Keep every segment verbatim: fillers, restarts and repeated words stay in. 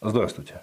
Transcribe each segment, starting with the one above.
Здравствуйте.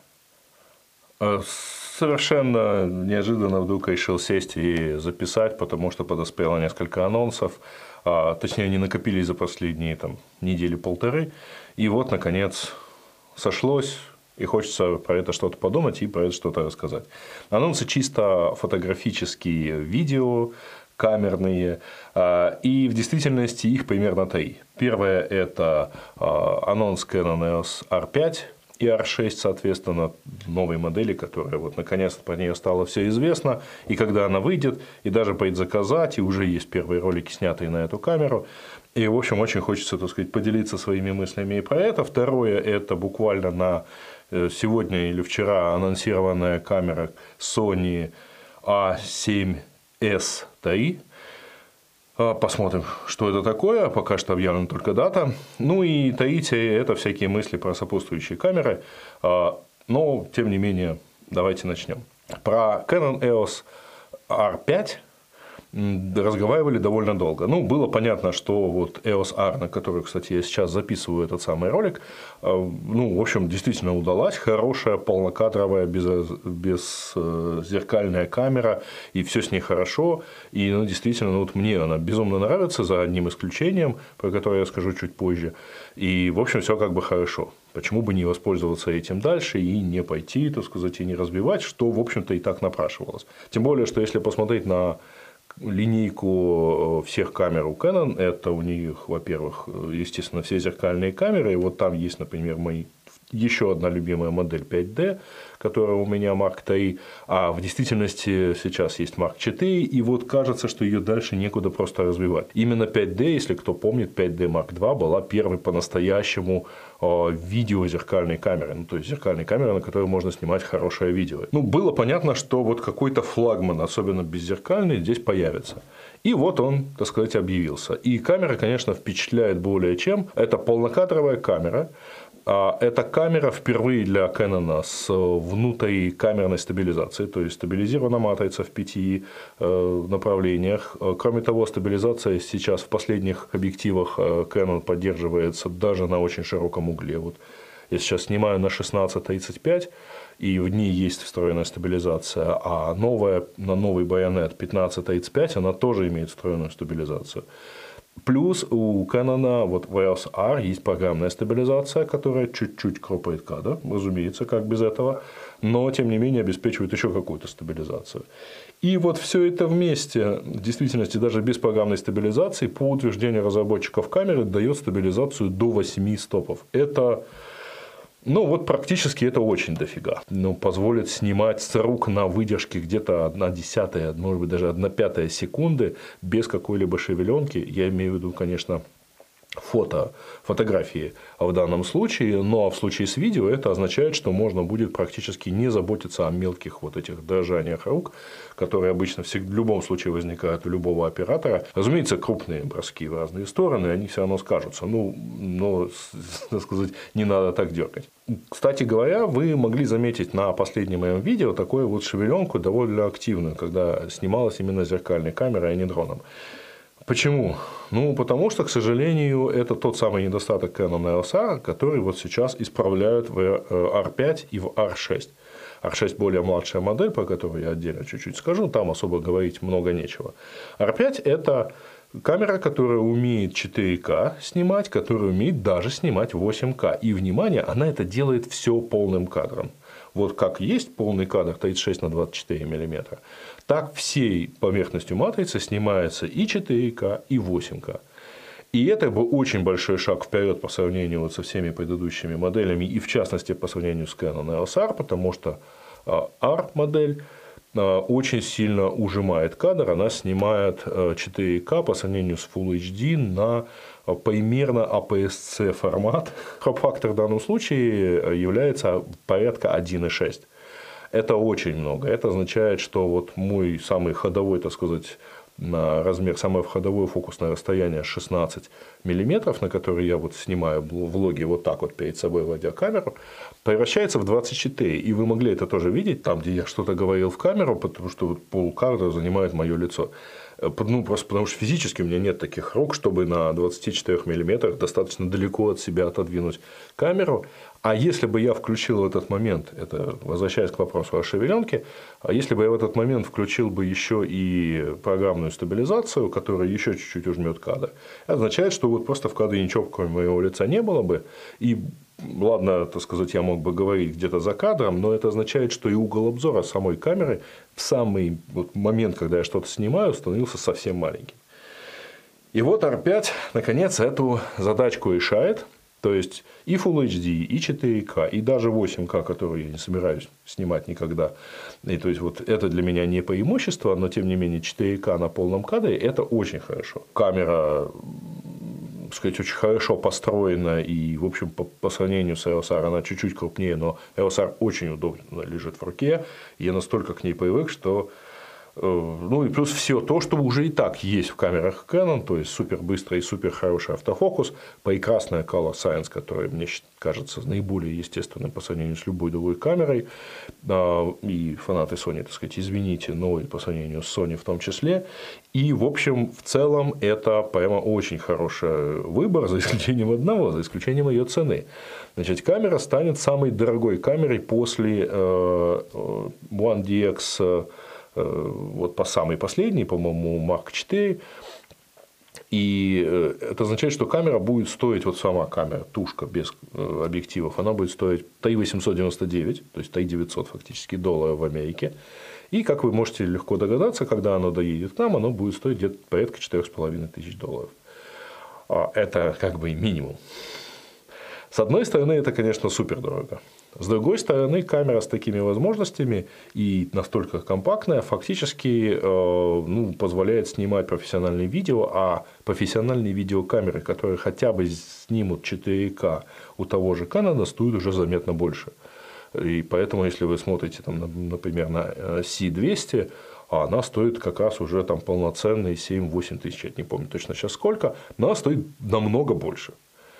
Совершенно неожиданно вдруг решил сесть и записать, потому что подоспело несколько анонсов, а, точнее, они накопились за последние там, недели-полторы, и вот, наконец, сошлось, и хочется про это что-то подумать и про это что-то рассказать. Анонсы чисто фотографические, видео, камерные, и в действительности их примерно три. Первое – это анонс Canon и о эс ар пять и ар шесть, соответственно, новой модели, которая вот наконец-то про нее стало все известно, и когда она выйдет, и даже предзаказать, и уже есть первые ролики, снятые на эту камеру. И, в общем, очень хочется, так сказать, поделиться своими мыслями и про это. Второе – это буквально на сегодня или вчера анонсированная камера Sony а семь эс три. Посмотрим, что это такое. Пока что объявлена только дата. Ну и третье – это всякие мысли про сопутствующие камеры. Но, тем не менее, давайте начнем. Про Canon и о эс ар пять разговаривали довольно долго. Ну, было понятно, что вот и о эс ар, на которую, кстати, я сейчас записываю этот самый ролик, ну, в общем, действительно удалась. Хорошая, полнокадровая, без, беззеркальная камера, и все с ней хорошо. И, ну, действительно, ну, вот мне она безумно нравится, за одним исключением, про которое я скажу чуть позже. И, в общем, все как бы хорошо. Почему бы не воспользоваться этим дальше и не пойти, так сказать, и не развивать, что, в общем-то, и так напрашивалось. Тем более, что если посмотреть на линейку всех камер у Canon, это у них, во-первых, естественно, все зеркальные камеры, и вот там есть, например, мои еще одна любимая модель пять дэ, которая у меня марк три, а в действительности сейчас есть марк четыре, и вот кажется, что ее дальше некуда просто развивать. Именно пять дэ, если кто помнит, пять дэ марк два была первой по-настоящему видеозеркальной камерой, ну, то есть зеркальной камерой, на которой можно снимать хорошее видео. Ну, было понятно, что вот какой-то флагман, особенно беззеркальный, здесь появится. И вот он, так сказать, объявился. И камера, конечно, впечатляет более чем. Это полнокадровая камера. Это камера впервые для Canon с внутрикамерной стабилизацией, то есть стабилизирована матрица в пяти направлениях. Кроме того, стабилизация сейчас в последних объективах Canon поддерживается даже на очень широком угле. Вот я сейчас снимаю на шестнадцать тридцать пять, и в ней есть встроенная стабилизация, а новая, на новый байонет пятнадцать тридцать пять она тоже имеет встроенную стабилизацию. Плюс у Canon вот в и о эс ар есть программная стабилизация, которая чуть-чуть кропает кадр, разумеется, как без этого, но тем не менее обеспечивает еще какую-то стабилизацию. И вот все это вместе, в действительности даже без программной стабилизации, по утверждению разработчиков камеры, дает стабилизацию до восьми стопов. Это... Ну, вот практически это очень дофига. Ну, позволит снимать с рук на выдержке где-то одна десятая, может быть, даже одна пятая секунды без какой-либо шевеленки. Я имею в виду, конечно, фото, фотографии в данном случае, но в случае с видео это означает, что можно будет практически не заботиться о мелких вот этих дрожаниях рук, которые обычно в любом случае возникают у любого оператора. Разумеется, крупные броски в разные стороны, они все равно скажутся. Ну, но, так сказать, не надо так дергать. Кстати говоря, вы могли заметить на последнем моем видео такую вот шевеленку довольно активную, когда снималась именно зеркальной камерой, а не дроном. Почему? Ну, потому что, к сожалению, это тот самый недостаток Canon и о эс ар, который вот сейчас исправляют в ар пять и в ар шесть. ар шесть более младшая модель, про которую я отдельно чуть-чуть скажу, там особо говорить много нечего. ар пять – это камера, которая умеет четыре ка снимать, которая умеет даже снимать восемь ка. И, внимание, она это делает все полным кадром. Вот как есть полный кадр тридцать шесть на двадцать четыре миллиметра, так всей поверхностью матрицы снимается и четыре ка, и восемь ка. И это был очень большой шаг вперед по сравнению вот со всеми предыдущими моделями, и в частности по сравнению с Canon и о эс ар, потому что ар-модель очень сильно ужимает кадр, она снимает четыре ка по сравнению с Full эйч ди на примерно эй пи эс си формат. Кроп-фактор в данном случае является порядка один и шесть. Это очень много. Это означает, что вот мой самый ходовой, так сказать, на размер, самое ходовое фокусное расстояние шестнадцать миллиметров, на который я вот снимаю влоги вот так вот перед собой, вводя камеру, превращается в двадцать четыре. И вы могли это тоже видеть, там, где я что-то говорил в камеру, потому что вот полкадра занимает мое лицо. Ну, просто потому что физически у меня нет таких рук, чтобы на двадцати четырёх миллиметрах достаточно далеко от себя отодвинуть камеру. А если бы я включил в этот момент, это возвращаясь к вопросу о шевеленке, а если бы я в этот момент включил бы еще и программную стабилизацию, которая еще чуть-чуть ужмет кадр, это означает, что вот просто в кадре ничего кроме моего лица не было бы. И ладно, так сказать, я мог бы говорить где-то за кадром, но это означает, что и угол обзора самой камеры в самый вот момент, когда я что-то снимаю, становился совсем маленьким. И вот ар пять наконец эту задачку решает. То есть и Full эйч ди, и четыре ка, и даже восемь ка, которую я не собираюсь снимать никогда. И то есть вот это для меня не преимущество, но тем не менее четыре ка на полном кадре это очень хорошо. Камера, так сказать, очень хорошо построена и, в общем, по, по сравнению с эл эс ар она чуть-чуть крупнее, но эл эс ар очень удобно лежит в руке. Я настолько к ней привык, что ну и плюс все то, что уже и так есть в камерах Canon, то есть супер быстрый и супер хороший автофокус, прекрасная Color Science, которая мне кажется наиболее естественной по сравнению с любой другой камерой, и фанаты Sony, так сказать, извините, но и по сравнению с Sony в том числе. И в общем, в целом это прямо очень хороший выбор, за исключением одного, за исключением ее цены. Значит, камера станет самой дорогой камерой после One ди экс. Вот по самой последней, по-моему, Марк четыре. И это означает, что камера будет стоить, вот сама камера, тушка без объективов, она будет стоить три тысячи восемьсот девяносто девять, то есть три тысячи девятьсот фактически долларов в Америке. И, как вы можете легко догадаться, когда оно доедет к нам, оно будет стоить где-то порядка четырех с половиной тысяч долларов. Это как бы минимум. С одной стороны, это, конечно, супер дорого. С другой стороны, камера с такими возможностями и настолько компактная фактически ну, позволяет снимать профессиональные видео, а профессиональные видеокамеры, которые хотя бы снимут четыре ка у того же Canon, стоят уже заметно больше. И поэтому, если вы смотрите, там, например, на си двести, она стоит как раз уже там полноценные семь-восемь тысяч, я не помню точно сейчас сколько, но она стоит намного больше.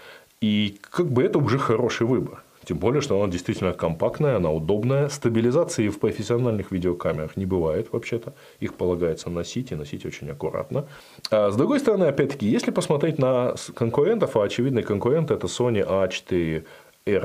И как бы это уже хороший выбор. Тем более, что она действительно компактная, она удобная. Стабилизации в профессиональных видеокамерах не бывает вообще-то. Их полагается носить, и носить очень аккуратно. А с другой стороны, опять-таки, если посмотреть на конкурентов, а очевидный конкурент это Sony а четыре эр,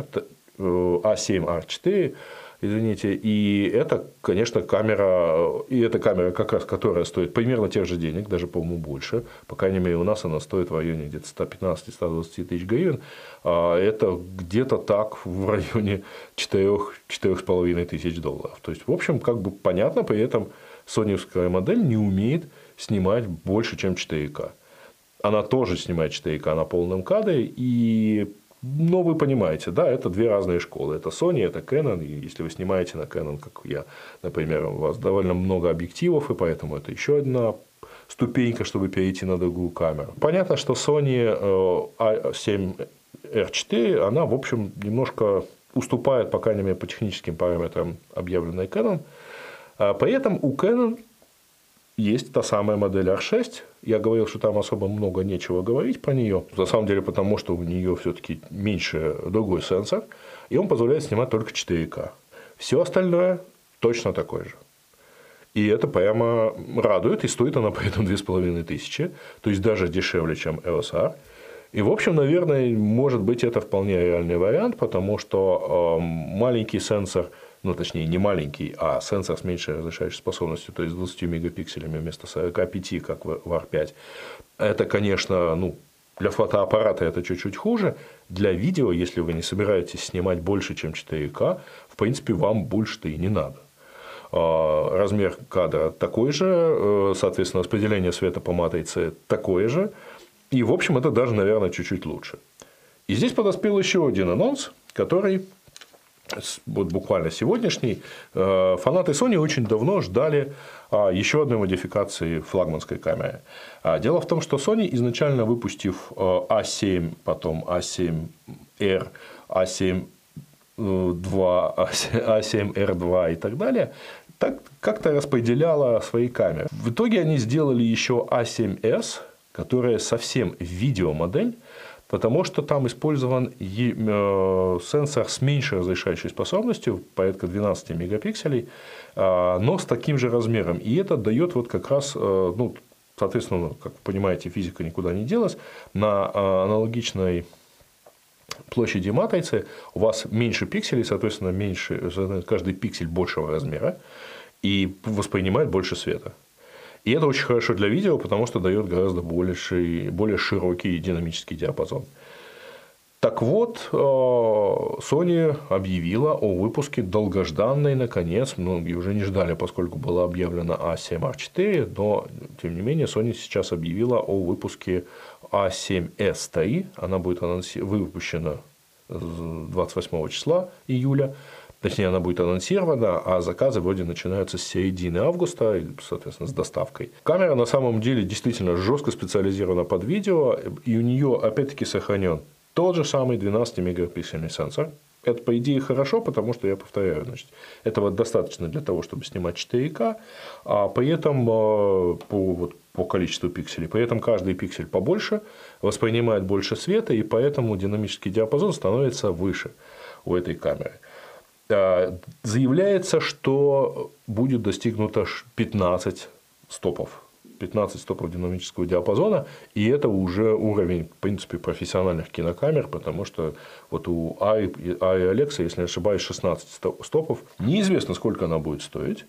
а семь ар четыре, извините, и это, конечно, камера, и эта камера как раз, которая стоит примерно тех же денег, даже, по-моему, больше, по крайней мере, у нас она стоит в районе где-то сто пятнадцать - сто двадцать тысяч гривен, а это где-то так в районе четырёх - четырёх с половиной тысяч долларов. То есть, в общем, как бы понятно, при этом соневская модель не умеет снимать больше, чем четыре ка. Она тоже снимает четыре ка на полном кадре, и но вы понимаете, да, это две разные школы. Это Sony, это Canon. И если вы снимаете на Canon, как я, например, у вас довольно много объективов, и поэтому это еще одна ступенька, чтобы перейти на другую камеру. Понятно, что Sony а семь эр четыре, она, в общем, немножко уступает, по крайней мере, по техническим параметрам, объявленной Canon. При этом у Canon есть та самая модель ар шесть. Я говорил, что там особо много нечего говорить про нее. На самом деле, потому что у нее все-таки меньше другой сенсор, и он позволяет снимать только четыре ка. Все остальное точно такое же. И это прямо радует, и стоит она при этом две тысячи пятьсот, то есть даже дешевле, чем эл эс ар. И, в общем, наверное, может быть, это вполне реальный вариант, потому что э, маленький сенсор, ну, точнее, не маленький, а сенсор с меньшей разрешающей способностью, то есть с двадцатью мегапикселями вместо сорока пяти, как в ар пять, это, конечно, ну, для фотоаппарата это чуть-чуть хуже. Для видео, если вы не собираетесь снимать больше, чем четыре ка, в принципе, вам больше-то и не надо. Размер кадра такой же, соответственно, распределение света по матрице такое же. И, в общем, это даже, наверное, чуть-чуть лучше. И здесь подоспел еще один анонс, который вот буквально сегодняшний. Фанаты Sony очень давно ждали еще одной модификации флагманской камеры. Дело в том, что Sony, изначально выпустив а семь, потом а семь эр, а семь два, а семь эр два и так далее, так как-то распределяла свои камеры. В итоге они сделали еще а семь эс, которая совсем видеомодель, потому что там использован сенсор с меньшей разрешающей способностью, порядка двенадцати мегапикселей, но с таким же размером. И это дает вот как раз ну, Соответственно, как вы понимаете, физика никуда не делась. На аналогичной площади матрицы у вас меньше пикселей, соответственно, меньше, каждый пиксель большего размера и воспринимает больше света. И это очень хорошо для видео, потому что дает гораздо больше, более широкий динамический диапазон. Так вот, Sony объявила о выпуске долгожданной, наконец, многие уже не ждали, поскольку была объявлена а семь ар четыре, но, тем не менее, Sony сейчас объявила о выпуске а семь эс три, она будет анонси... выпущена двадцать восьмого числа июля, точнее, она будет анонсирована, а заказы вроде начинаются с середины августа, соответственно, с доставкой. Камера на самом деле действительно жестко специализирована под видео, и у нее, опять-таки, сохранен тот же самый двенадцатимегапиксельный сенсор. Это, по идее, хорошо, потому что, я повторяю, значит, этого достаточно для того, чтобы снимать четыре ка, а при этом по, вот, по количеству пикселей, при этом каждый пиксель побольше, воспринимает больше света, и поэтому динамический диапазон становится выше у этой камеры. Заявляется, что будет достигнуто пятнадцать стопов. пятнадцать стопов динамического диапазона, и это уже уровень, в принципе, профессиональных кинокамер, потому что вот у А И и Alexa, если не ошибаюсь, шестнадцать стопов. Неизвестно, сколько она будет стоить,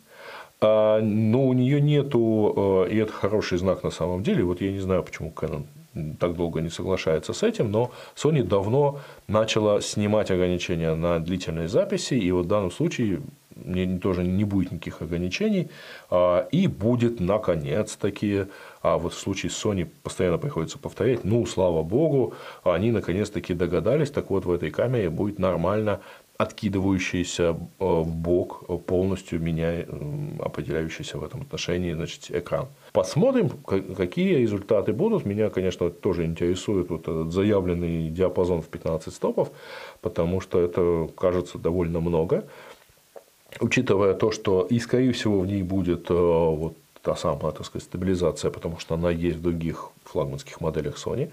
но у нее нету, и это хороший знак на самом деле, вот я не знаю, почему Canon так долго не соглашается с этим, но Sony давно начала снимать ограничения на длительные записи, и вот в данном случае тоже не будет никаких ограничений, и будет наконец-таки, а вот в случае с Sony постоянно приходится повторять, ну, слава богу, они наконец-таки догадались, так вот в этой камере будет нормально откидывающийся в бок, полностью меняя, определяющийся в этом отношении, значит, экран. Посмотрим, какие результаты будут. Меня, конечно, тоже интересует вот этот заявленный диапазон в пятнадцать стопов, потому что это кажется довольно много. Учитывая то, что и, скорее всего, в ней будет вот та самая, так сказать, стабилизация, потому что она есть в других флагманских моделях Sony.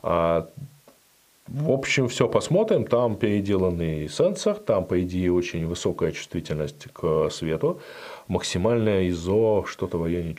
В общем, все посмотрим. Там переделанный сенсор, там, по идее, очень высокая чувствительность к свету, максимальная айзо что-то в районе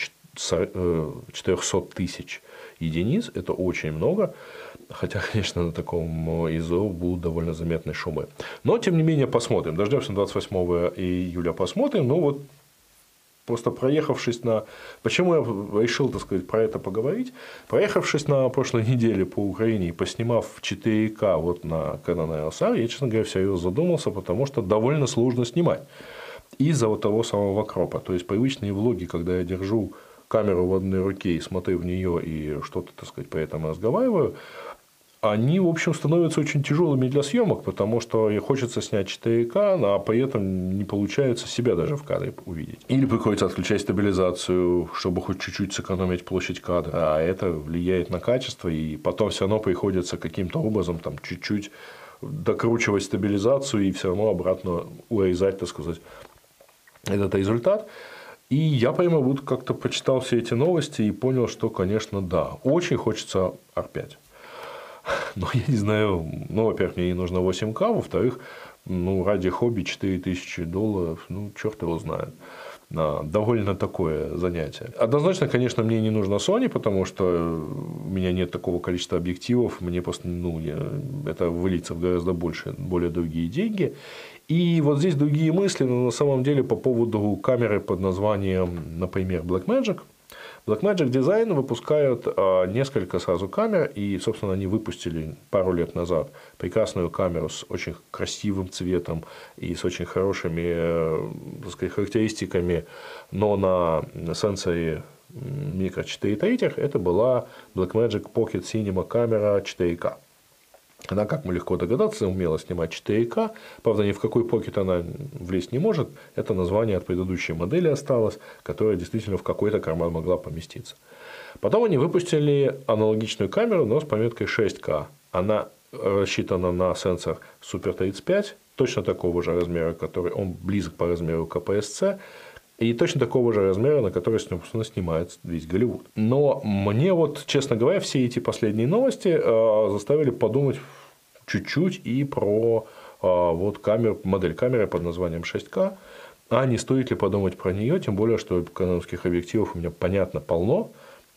четыреста тысяч единиц. Это очень много. Хотя, конечно, на таком айзо будут довольно заметные шумы. Но, тем не менее, посмотрим. Дождемся двадцать восьмого июля, посмотрим. Ну, вот просто проехавшись на... Почему я решил, так сказать, про это поговорить? Проехавшись на прошлой неделе по Украине и поснимав в четыре ка вот на Canon и Эл Эс Ар, я, честно говоря, всерьез задумался, потому что довольно сложно снимать. Из-за вот того самого кропа. То есть, привычные влоги, когда я держу камеру в одной руке и смотрю в нее и что-то, так сказать, при этом разговариваю, они, в общем, становятся очень тяжелыми для съемок, потому что хочется снять четыре ка, а при этом не получается себя даже в кадре увидеть. Или приходится отключать стабилизацию, чтобы хоть чуть-чуть сэкономить площадь кадра, а это влияет на качество, и потом все равно приходится каким-то образом там чуть-чуть докручивать стабилизацию и все равно обратно урезать, так сказать, этот результат. И я прямо вот как-то почитал все эти новости и понял, что, конечно, да, очень хочется ар пять. Но я не знаю, ну, во-первых, мне не нужно восемь ка, во-вторых, ну, ради хобби четыре тысячи долларов, ну, черт его знает. Довольно такое занятие. Однозначно, конечно, мне не нужно Sony, потому что у меня нет такого количества объективов, мне просто, ну, я, это выльется в гораздо больше, более другие деньги. И вот здесь другие мысли, но на самом деле по поводу камеры под названием, например, Blackmagic. Blackmagic Design выпускают несколько сразу камер, и, собственно, они выпустили пару лет назад прекрасную камеру с очень красивым цветом и с очень хорошими, так сказать, характеристиками, но на сенсоре микро четыре третьих. Это была Blackmagic Pocket Cinema камера четыре ка. Она, как мы легко догадаться, умела снимать четыре ка. Правда, ни в какой покет она влезть не может. Это название от предыдущей модели осталось, которая действительно в какой-то карман могла поместиться. Потом они выпустили аналогичную камеру, но с пометкой шесть ка. Она рассчитана на сенсор Super тридцать пять, точно такого же размера, который он близок по размеру к эй пи эс си. И точно такого же размера, на который, собственно, снимает весь Голливуд. Но мне вот, честно говоря, все эти последние новости заставили подумать чуть-чуть и про вот камеру, модель камеры под названием шесть ка. А не стоит ли подумать про нее, тем более, что каноновских объективов у меня, понятно, полно.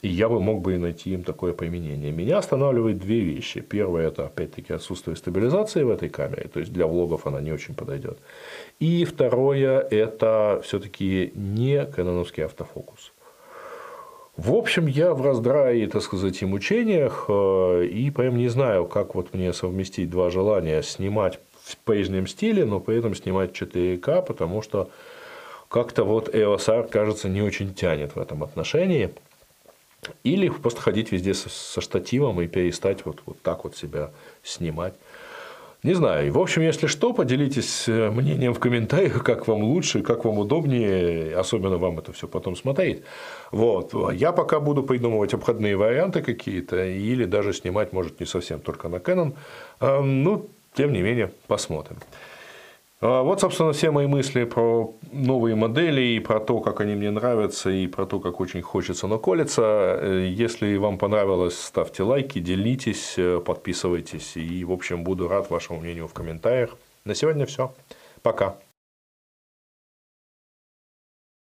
и я бы мог бы найти им такое применение. Меня останавливает две вещи. Первое – это, опять-таки, отсутствие стабилизации в этой камере, то есть для влогов она не очень подойдет. И второе – это все-таки не кэноновский автофокус. В общем, я в раздрае, так сказать, и мучениях, и прям не знаю, как вот мне совместить два желания: снимать в прежнем стиле, но при этом снимать четыре ка, потому что как-то вот и о эс ар, кажется, не очень тянет в этом отношении. Или просто ходить везде со, со штативом и перестать вот, вот так вот себя снимать. Не знаю. В общем, если что, поделитесь мнением в комментариях, как вам лучше, как вам удобнее, особенно вам это все потом смотреть. Вот. Я пока буду придумывать обходные варианты какие-то, или даже снимать, может, не совсем только на Canon. Ну, тем не менее, посмотрим. Вот, собственно, все мои мысли про новые модели, и про то, как они мне нравятся, и про то, как очень хочется, но колется. Если вам понравилось, ставьте лайки, делитесь, подписывайтесь. И, в общем, буду рад вашему мнению в комментариях. На сегодня все. Пока.